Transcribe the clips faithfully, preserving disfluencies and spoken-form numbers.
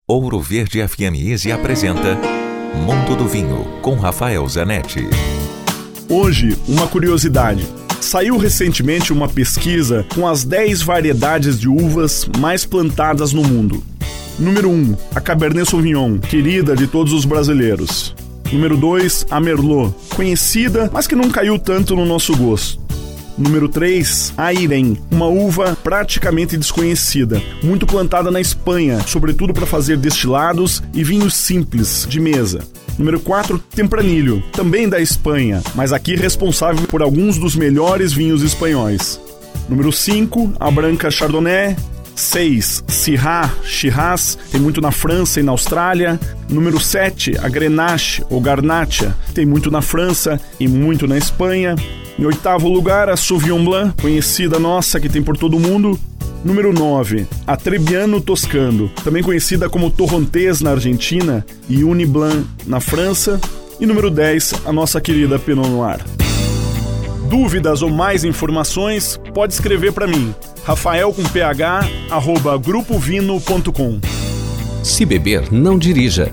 Ouro Verde F M Easy apresenta Mundo do Vinho, com Rafael Zanetti. Hoje, uma curiosidade. Saiu recentemente uma pesquisa com as dez variedades de uvas mais plantadas no mundo. Número um, a Cabernet Sauvignon, querida de todos os brasileiros. Número dois, a Merlot, conhecida, mas que não caiu tanto no nosso gosto. Número três, a Irem, uma uva praticamente desconhecida, muito plantada na Espanha, sobretudo para fazer destilados e vinhos simples, de mesa. Número quatro, Tempranillo, também da Espanha, mas aqui responsável por alguns dos melhores vinhos espanhóis. Número cinco, a Branca Chardonnay. seis, Syrah, Shiraz, tem muito na França e na Austrália. Número sete, a Grenache ou Garnacha, tem muito na França e muito na Espanha. Em oitavo lugar, a Sauvignon Blanc, conhecida nossa, que tem por todo o mundo. Número nove, a Trebbiano Toscano, também conhecida como Torrontés na Argentina e Uni Blanc na França. E número dez, a nossa querida Pinot Noir. Dúvidas ou mais informações, pode escrever para mim, rafael com ph, arroba grupovino ponto com. Se beber, não dirija.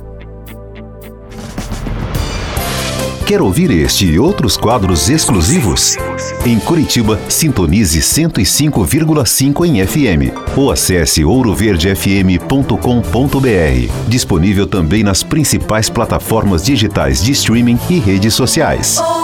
Quer ouvir este e outros quadros exclusivos? Em Curitiba, sintonize cento e cinco vírgula cinco em F M ou acesse ouro verde f m ponto com ponto b r. Disponível também nas principais plataformas digitais de streaming e redes sociais.